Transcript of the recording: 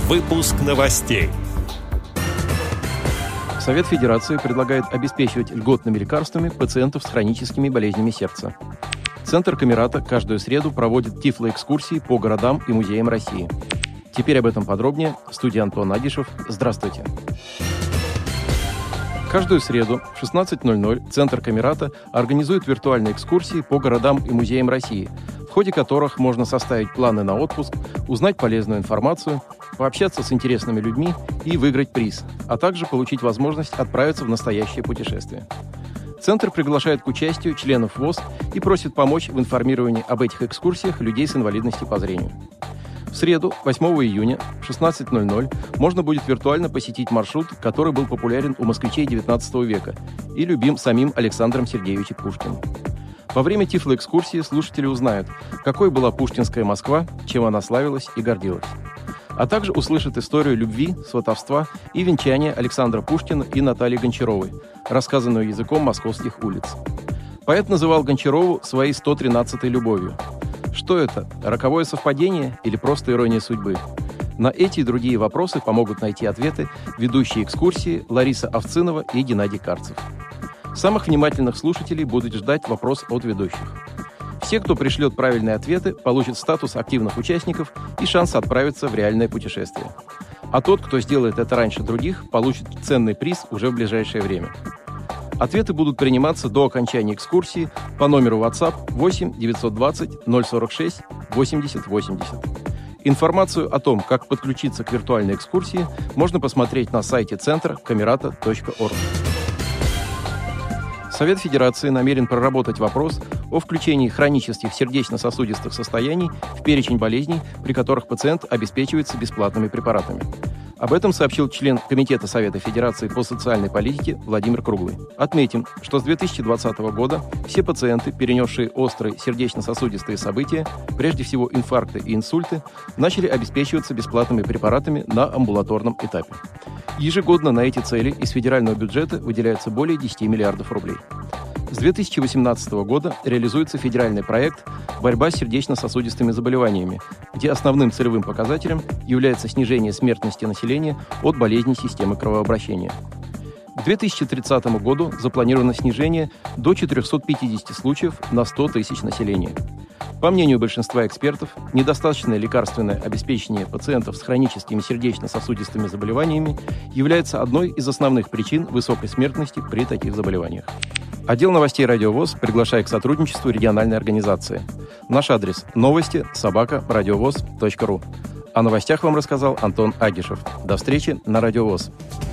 Выпуск новостей. Совет Федерации предлагает обеспечивать льготными лекарствами пациентов с хроническими болезнями сердца. Центр Камерата каждую среду проводит тифлоэкскурсии по городам и музеям России. Теперь об этом подробнее. В студии Антон Агишев. Здравствуйте. Каждую среду в 16:00 Центр Камерата организует виртуальные экскурсии по городам и музеям России, в ходе которых можно составить планы на отпуск, узнать полезную информацию, пообщаться с интересными людьми и выиграть приз, а также получить возможность отправиться в настоящее путешествие. Центр приглашает к участию членов ВОС и просит помочь в информировании об этих экскурсиях людей с инвалидностью по зрению. В среду, 8 июня, в 16:00 можно будет виртуально посетить маршрут, который был популярен у москвичей XIX века и любим самим Александром Сергеевичем Пушкиным. Во время тифлоэкскурсии слушатели узнают, какой была пушкинская Москва, чем она славилась и гордилась. А также услышат историю любви, сватовства и венчания Александра Пушкина и Натальи Гончаровой, рассказанную языком московских улиц. Поэт называл Гончарову своей 113-й любовью. Что это? Роковое совпадение или просто ирония судьбы? На эти и другие вопросы помогут найти ответы ведущие экскурсии Лариса Овцинова и Геннадий Карцев. Самых внимательных слушателей будет ждать вопрос от ведущих. Все, кто пришлет правильные ответы, получат статус активных участников и шанс отправиться в реальное путешествие. А тот, кто сделает это раньше других, получит ценный приз уже в ближайшее время. Ответы будут приниматься до окончания экскурсии по номеру WhatsApp 8 920 046 80 80. Информацию о том, как подключиться к виртуальной экскурсии, можно посмотреть на сайте центра kamerata.org. Совет Федерации намерен проработать вопрос о включении хронических сердечно-сосудистых состояний в перечень болезней, при которых пациент обеспечивается бесплатными препаратами. Об этом сообщил член Комитета Совета Федерации по социальной политике Владимир Круглый. Отметим, что с 2020 года все пациенты, перенесшие острые сердечно-сосудистые события, прежде всего инфаркты и инсульты, начали обеспечиваться бесплатными препаратами на амбулаторном этапе. Ежегодно на эти цели из федерального бюджета выделяется более 10 миллиардов рублей. С 2018 года реализуется федеральный проект «Борьба с сердечно-сосудистыми заболеваниями», где основным целевым показателем является снижение смертности населения от болезней системы кровообращения. К 2030 году запланировано снижение до 450 случаев на 100 тысяч населения. По мнению большинства экспертов, недостаточное лекарственное обеспечение пациентов с хроническими сердечно-сосудистыми заболеваниями является одной из основных причин высокой смертности при таких заболеваниях. Отдел новостей «Радио ВОС» приглашает к сотрудничеству региональной организации. Наш адрес – новости@радиовоз.ру. О новостях вам рассказал Антон Агишев. До встречи на «Радио ВОС».